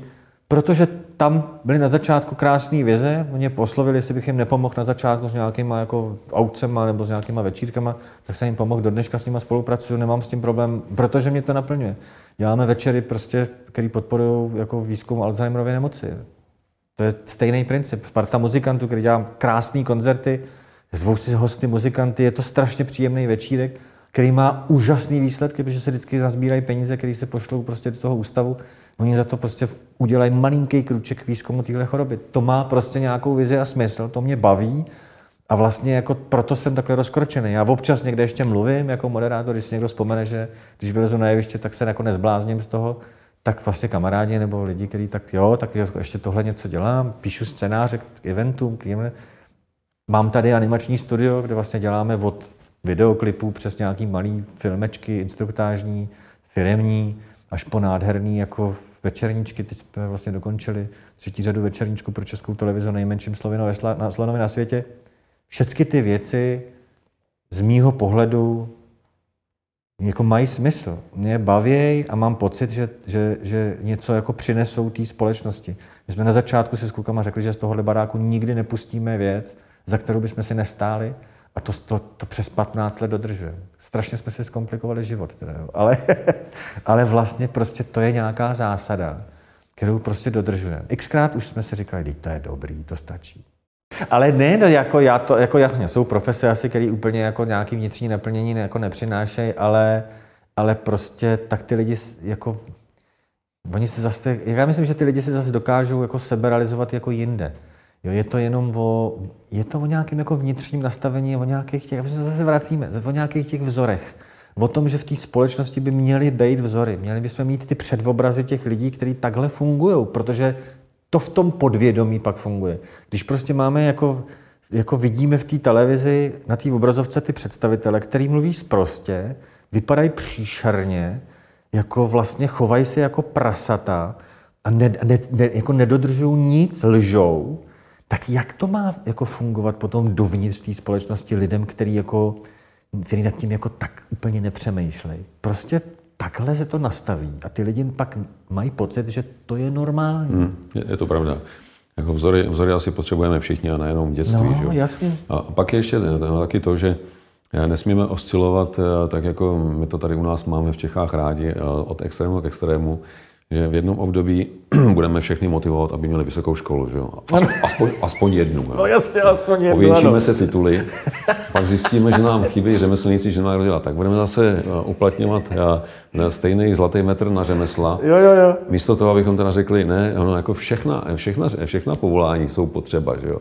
S2: Protože tam byly na začátku krásné vize, mě poslovili, jestli bych jim nepomohl na začátku s nějakýma jako aukcema nebo s nějakýma večírkama, tak jsem jim pomohl, do dneška s nima spolupracuju, nemám s tím problém, protože mě to naplňuje. Děláme večery, prostě, který podporují jako výzkum Alzheimerovy nemoci. To je stejný princip. Sparta muzikantů, který dělá krásné koncerty, zvou si hosty muzikanty, je to strašně příjemný večírek, který má úžasný výsledky, protože se vždycky nazbírají peníze, které se pošlou prostě do toho ústavu. Oni za to prostě udělají malinký kruček k výzkumu téhle choroby. To má prostě nějakou vizi a smysl, to mě baví a vlastně jako proto jsem takhle rozkročený. Já občas někde ještě mluvím jako moderátor, když si někdo vzpomene, že když vylezu na jeviště, tak se jako nezblázním z toho, tak vlastně kamarádi nebo lidi, kteří tak jo, tak ještě tohle něco dělám, píšu scénáře k eventům, k jim. Mám tady animační studio, kde vlastně děláme od videoklipů přes nějaký malý filmečky, instruktážní, firemní, až po nádherný jako večerníčky. Teď jsme vlastně dokončili třetí řadu večerníčku pro Českou televizi, nejmenším slonově na světě. Všechny ty věci z mýho pohledu jako mají smysl. Mě baví a mám pocit, že, že, že něco jako přinesou té společnosti. My jsme na začátku si s klukama řekli, že z tohohle baráku nikdy nepustíme věc, za kterou bychom si nestáli, a to, to, to přes patnáct let dodržujeme. Strašně jsme si zkomplikovali život, teda, jo. Ale, ale vlastně prostě to je nějaká zásada, kterou prostě dodržujeme. Xkrát už jsme si říkali, to je dobrý, to stačí. Ale ne, no, jako, já to, jako jasně, jsou profese asi, které úplně jako nějaký vnitřní naplnění ne, jako nepřinášejí, ale, ale prostě tak ty lidi jako, oni si zase, já myslím, že ty lidi si zase dokážou jako seberealizovat jako jinde. Jo, je to jenom o, je to o nějakém jako vnitřním nastavení, o nějakých těch, my se zase vracíme, o nějakých těch vzorech. O tom, že v té společnosti by měly být vzory. Měli bychom mít ty předobrazy těch lidí, kteří takhle fungují, protože to v tom podvědomí pak funguje. Když prostě máme jako, jako vidíme v té televizi, na té obrazovce ty představitele, který mluví sprostě, vypadají příšerně, jako vlastně chovají se jako prasata a ne, ne, ne, jako nedodržují nic, lžou, tak jak to má jako fungovat potom dovnitř té společnosti lidem, který, jako, který nad tím jako tak úplně nepřemýšlejí? Prostě takhle se to nastaví a ty lidi pak mají pocit, že to je normální. Hmm,
S1: je, je to pravda. Jako vzory, vzory asi potřebujeme všichni a nejenom v dětství.
S2: No,
S1: že?
S2: jasně.
S1: A pak je ještě taky to, že nesmíme oscilovat, tak jako my to tady u nás máme v Čechách rádi, od extrému k extrému, že v jednom období budeme všechny motivovat, aby měli vysokou školu, že jo? Aspoň, aspoň, aspoň jednu.
S2: No jasně, aspoň jednu.
S1: Povětšíme se tituly, pak zjistíme, že nám chybí řemeslníci, že nám dělat. Tak budeme zase uplatňovat stejný zlatý metr na řemesla.
S2: Jo, jo, jo.
S1: Místo toho, abychom teda řekli, ne, ono jako všechna, všechna, všechna povolání jsou potřeba, že jo?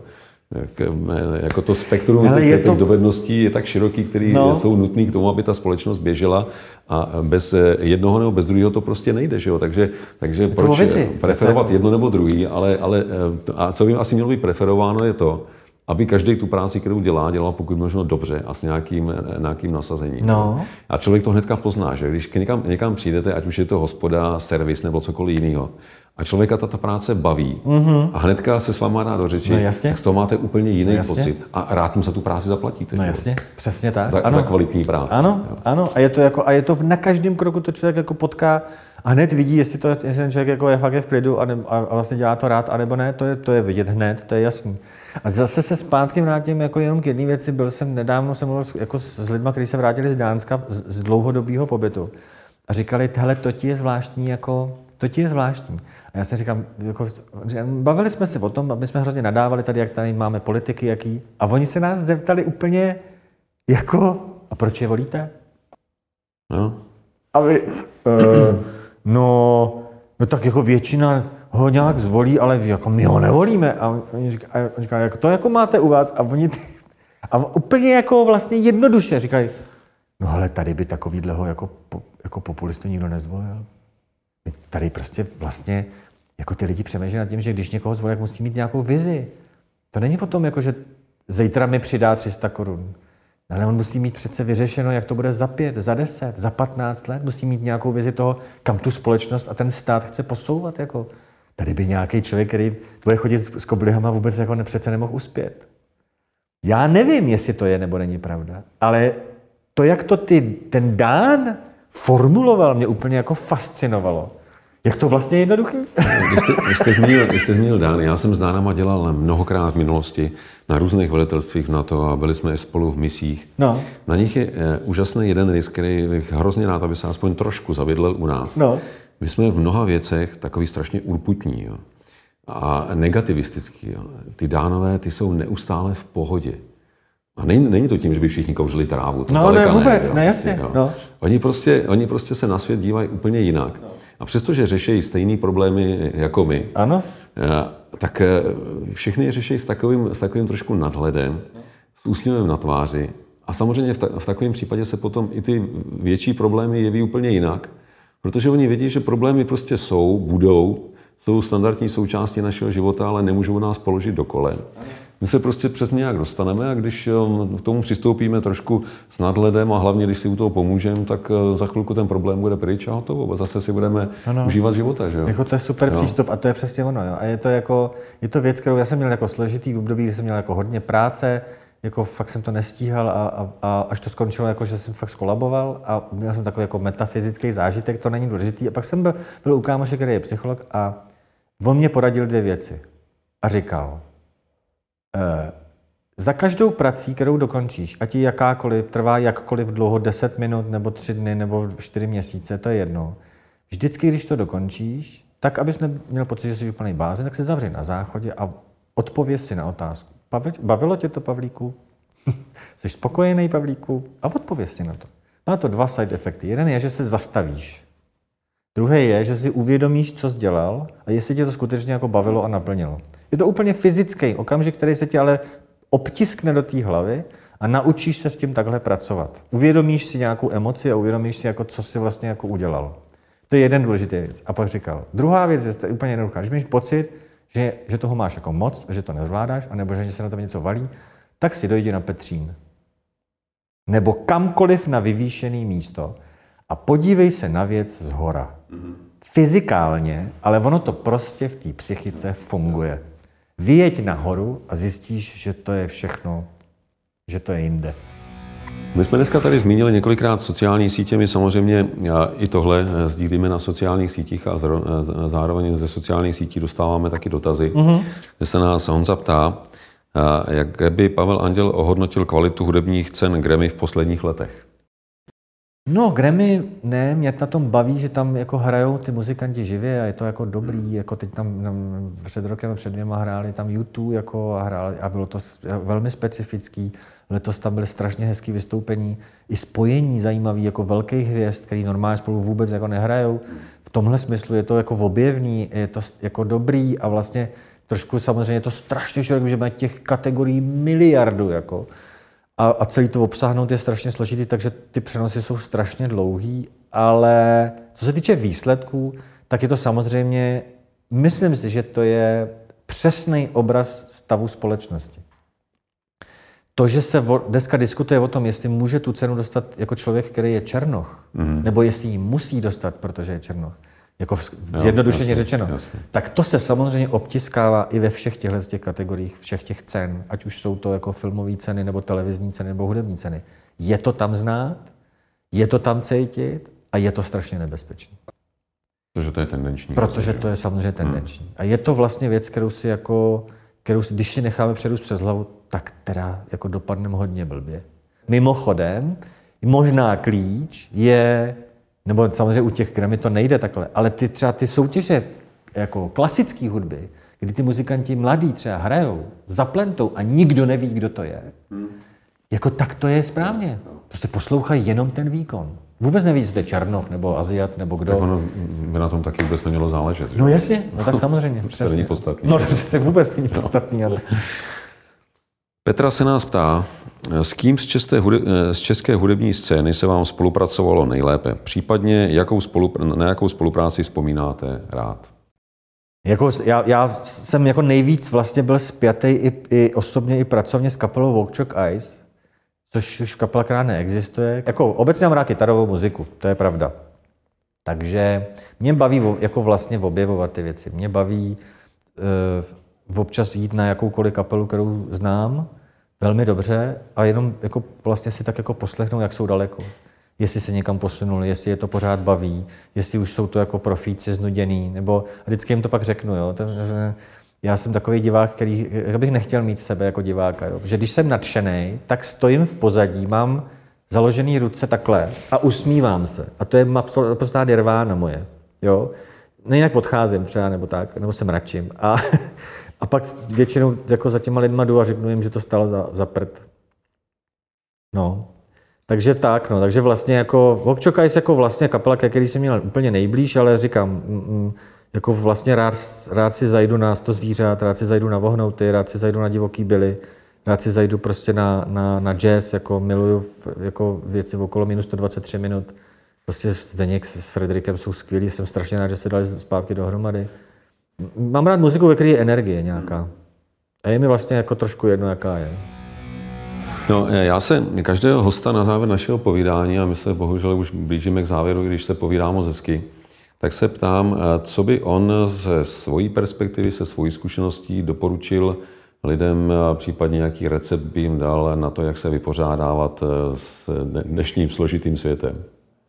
S1: Jako to spektrum těch, těch to... dovedností je tak široký, které no. jsou nutné k tomu, aby ta společnost běžela a bez jednoho nebo bez druhého to prostě nejde, že jo? Takže, takže proč preferovat jedno nebo druhý, ale, ale a co by asi mělo být preferováno je to, aby každý tu práci, kterou dělá, dělal pokud možno dobře a s nějakým, nějakým nasazením. No. A člověk to hnedka pozná, že když někam, někam přijdete, ať už je to hospoda, servis nebo cokoliv jiného, a člověka ta, ta práce baví mm-hmm. a hnedka se s váma dá do řeči, no tak z toho máte úplně jiný no pocit a rád mu za tu práci zaplatíte.
S2: No jasně, přesně tak.
S1: Za, za kvalitní práci.
S2: Ano, jo. ano. A je to jako, a je to na každém kroku to člověk jako potká a hned vidí, jestli, to, jestli ten člověk jako je fakt je v klidu a, ne, a vlastně dělá to rád, anebo ne, to je, to je vidět hned, to je jasný. A zase se zpátky vrátím jako jenom k jedné věci. Byl jsem nedávno jsem mluvil jako s lidmi, kteří se vrátili z Dánska z, z dlouhodobého pobytu a říkali, hele, to ti je zvláštní, jako, to ti je zvláštní. A já si říkám, jako, bavili jsme se o tom, aby jsme hrozně nadávali tady, jak tady máme politiky, jaký. A oni se nás zeptali úplně jako, a proč je volíte?
S1: No.
S2: A vy, uh, no, no tak jako většina ho nějak zvolí, ale vy, jako my ho nevolíme. A oni říkají, říkaj, jak to jako máte u vás? A oni ty, a úplně jako vlastně jednoduše říkají, no ale tady by takovýhleho jako, jako populistu nikdo nezvolil. Tady prostě vlastně jako ty lidi přemýšlí nad tím, že když někoho zvolí, musí mít nějakou vizi. To není o tom, jako, že zítra mi přidá tři sta korun. Ale on musí mít přece vyřešeno, jak to bude za pět, za deset, za patnáct let. Musí mít nějakou vizi toho, kam tu společnost a ten stát chce posouvat. Jako. Tady by nějaký člověk, který bude chodit s koblihama, vůbec jako přece nemohl uspět. Já nevím, jestli to je nebo není pravda, ale to, jak to ty, ten Dán formuloval, mě úplně jako fascinovalo. Jak to vlastně je jednoduchý?
S1: Když jste, když jste zmínil, když jste zmínil Dány, já jsem s Dánama dělal mnohokrát v minulosti na různých velitelstvích NATO a byli jsme spolu v misích.
S2: No.
S1: Na nich je eh, úžasný jeden rys, který bych hrozně rád, aby se aspoň trošku zavědlel u nás.
S2: No.
S1: My jsme v mnoha věcech takový strašně urputní, jo. A negativistický. Jo. Ty Dánové, ty jsou neustále v pohodě. A není, není to tím, že by všichni kouřili trávu. To
S2: No ne, vůbec,
S1: ne,
S2: ne, jasně.
S1: jo.
S2: No.
S1: Oni, prostě, oni prostě se na svět dívají úplně jinak. No. A přestože řeší stejné problémy jako my,
S2: ano.
S1: tak všechny je řeší s takovým, s takovým trošku nadhledem, s úsměvem na tváři. A samozřejmě v, ta, v takovém případě se potom i ty větší problémy jeví úplně jinak, protože oni vědí, že problémy prostě jsou, budou, jsou standardní součástí našeho života, ale nemůžou nás položit do kolen. My se prostě přes nějak dostaneme a když k tomu přistoupíme trošku s nadhledem a hlavně, když si u toho pomůžeme, tak za chvilku ten problém bude pryč a hotovo. A zase si budeme ano. užívat života. Že jo?
S2: Jako to je super
S1: jo.
S2: přístup a to je přesně ono. Jo? A je to, jako, je to věc, kterou já jsem měl jako složitý období, kdy jsem měl jako hodně práce, jako fakt jsem to nestíhal a, a, a až to skončilo, jako, že jsem fakt skolaboval a měl jsem takový jako metafyzický zážitek, to není důležitý. A pak jsem byl, byl u kámoše, který je psycholog a on mě poradil dvě věci a říkal, e, za každou prací, kterou dokončíš, ať ji jakákoliv, trvá jakkoliv dlouho, deset minut, nebo tři dny, nebo čtyři měsíce, to je jedno. Vždycky, když to dokončíš, tak, abys neměl pocit, že jsi úplný blázen, tak se zavři na záchodě a odpověz si na otázku. Bavilo tě to, Pavlíku? Jsi spokojený, Pavlíku? A odpověz si na to. Má to dva side efekty. Jeden je, že se zastavíš. Druhý je, že si uvědomíš, co jsi dělal a jestli tě to skutečně jako bavilo a naplnilo. Je to úplně fyzický okamžik, který se ti ale obtiskne do té hlavy a naučíš se s tím takhle pracovat. Uvědomíš si nějakou emoci a uvědomíš si, jako, co jsi vlastně jako udělal. To je jeden důležitý věc. A pak říkal, druhá věc je úplně jednoduchá. Když máš pocit, že, že toho máš jako moc, že to nezvládáš, anebo že se na tebe něco valí, tak si dojdi na Petřín. Nebo kamkoliv na vyvýšený místo a podívej se na věc zhora. Mm-hmm. Fyzikálně, ale ono to prostě v té psychice funguje. Vyjeď nahoru a zjistíš, že to je všechno, že to je jinde.
S1: My jsme dneska tady zmínili několikrát sociální sítě, my samozřejmě i tohle sdílíme na sociálních sítích a zároveň ze sociálních sítí dostáváme taky dotazy, mm-hmm. kde se nás Honza ptá, jak by Pavel Anděl ohodnotil kvalitu hudebních cen Grammy v posledních letech.
S2: No, Grammy, ne, mě na tom baví, že tam jako hrajou ty muzikanti živě a je to jako dobrý, jako teď tam, tam před rokem, před dvěma hráli tam U dva jako a hráli a bylo to velmi specifický. Letos tam byly strašně hezký vystoupení, i spojení zajímavý jako velkých hvězd, který normálně spolu vůbec jako nehrajou. V tomhle smyslu je to jako objevný, je to jako dobrý a vlastně trošku samozřejmě je to strašně široký, že má těch kategorií miliardu jako. A, a celý to obsáhnout je strašně složitý, takže ty přenosy jsou strašně dlouhý, ale co se týče výsledků, tak je to samozřejmě, myslím si, že to je přesný obraz stavu společnosti. To, že se dneska diskutuje o tom, jestli může tu cenu dostat jako člověk, který je černoch, mm. nebo jestli ji musí dostat, protože je černoch, jako zjednodušeně řečeno, jasně. Tak to se samozřejmě obtiskává i ve všech těchto těch kategoriích, všech těch cen, ať už jsou to jako filmové ceny, nebo televizní ceny, nebo hudební ceny. Je to tam znát, je to tam cítit a je to strašně nebezpečné.
S1: Protože to je tendenční.
S2: Protože to je samozřejmě tendenční. Hmm. A je to vlastně věc, kterou si jako, kterou si, když si necháme přerůst přes hlavu, tak teda jako dopadneme hodně blbě. Mimochodem, možná klíč je, nebo samozřejmě u těch Grammy to nejde takhle, ale ty třeba ty soutěže jako klasické hudby, kdy ty muzikanti mladí třeba hrajou, zaplentou a nikdo neví, kdo to je, hmm. jako tak to je správně. Prostě poslouchají jenom ten výkon. Vůbec neví, co to je Černoch, nebo Aziat, nebo kdo.
S1: Tak ono by na tom taky vůbec nemělo záležet.
S2: No jasně, no tak samozřejmě.
S1: To přece není podstatný.
S2: No to přece vůbec není podstatný, ale...
S1: Petra se nás ptá, s kým z české, hudeb, z české hudební scény se vám spolupracovalo nejlépe? Případně jakou spolupr- na jakou spolupráci vzpomínáte rád?
S2: Jako, já, já jsem jako nejvíc vlastně byl spjatý i, i osobně, i pracovně s kapelou Walk Chalk Ice, což už kapela, která neexistuje. Jako obecně mám rád kytarovou muziku, to je pravda. Takže mě baví jako vlastně objevovat ty věci. Mě baví uh, občas jít na jakoukoliv kapelu, kterou znám velmi dobře a jenom jako vlastně si tak jako poslechnout, jak jsou daleko. jestli se někam posunuli, jestli je to pořád baví, jestli už jsou to jako profíci znuděný, nebo vždycky jim to pak řeknu, jo. Já jsem takový divák, který já bych nechtěl mít sebe jako diváka, jo. Že když jsem nadšenej, tak stojím v pozadí, mám založený ruce takhle a usmívám se. A to je naprostá nirvána moje, jo. Nejinak odcházím třeba, nebo tak, nebo se mračím. A, a pak většinou jako za těma lidma jdu a řeknu jim, že to stalo za, za prd. No. Takže tak, no, takže vlastně jako Okčokajs jako vlastně kapela, ke který jsem měl úplně nejblíž, ale říkám, mm, jako vlastně rád, rád si zajdu na sto zvířat, rád si zajdu na vohnouty, rád si zajdu na divoký byly, rád si zajdu prostě na, na, na jazz, jako miluju jako věci okolo minus sto dvacet tři minut. Prostě Zdeněk s Frederikem jsou skvělí, jsem strašně rád, že se dali zpátky dohromady. Mám rád muziku, ve které je energie nějaká. A je mi vlastně jako trošku jedno, jaká je.
S1: No, já se každého hosta na závěr našeho povídání, a my se bohužel už blížíme k závěru, když se povídám moc hezky, tak se ptám, co by on ze svojí perspektivy, se svojí zkušeností doporučil lidem, případně jaký recept by jim dal na to, jak se vypořádávat s dnešním složitým světem.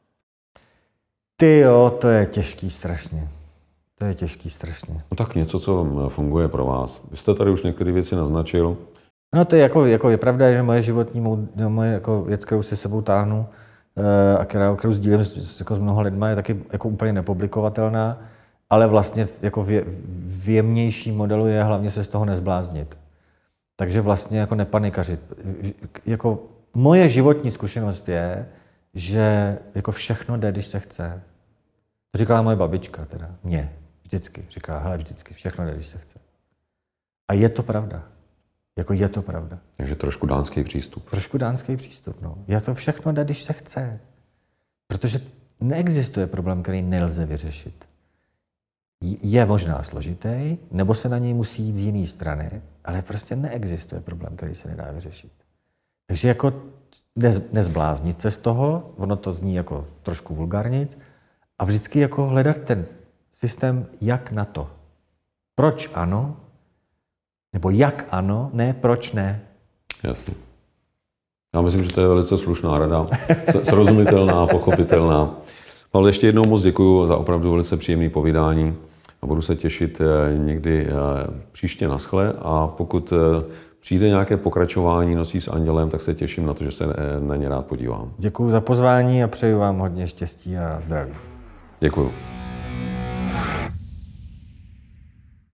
S2: Ty jo, to je těžký strašně. To je těžký strašně.
S1: No tak něco, co funguje pro vás. Vy jste tady už některé věci naznačil.
S2: No to je jako, jako je pravda, že moje životní, moje jako věc, kterou si sebou táhnu a kterou, kterou sdílím s, jako s mnoha lidma, je taky jako úplně nepublikovatelná, ale vlastně jako v, v jemnějším modelu je hlavně se z toho nezbláznit. Takže vlastně jako nepanikařit. Jako moje životní zkušenost je, že jako všechno jde, když se chce. To říkala moje babička teda, mě, vždycky. Říká, hele, vždycky, všechno jde, když se chce. A je to pravda. Jako je to pravda.
S1: Takže trošku dánský přístup.
S2: Trošku dánský přístup, no. Je to všechno jde, když se chce. Protože neexistuje problém, který nelze vyřešit. Je možná složitý, nebo se na něj musí jít z jiné strany, ale prostě neexistuje problém, který se nedá vyřešit. Takže jako nezbláznit se z toho, ono to zní jako trošku vulgárnic, a vždycky jako hledat ten systém, jak na to. Proč ano, nebo jak ano, ne, proč ne.
S1: Jasně. Já myslím, že to je velice slušná rada, srozumitelná, pochopitelná. Ale ještě jednou moc děkuju za opravdu velice příjemné povídání a budu se těšit někdy příště na schle, a pokud přijde nějaké pokračování Nocí s andělem, tak se těším na to, že se na ně rád podívám.
S2: Děkuju za pozvání a přeju vám hodně štěstí a zdraví.
S1: Děkuju.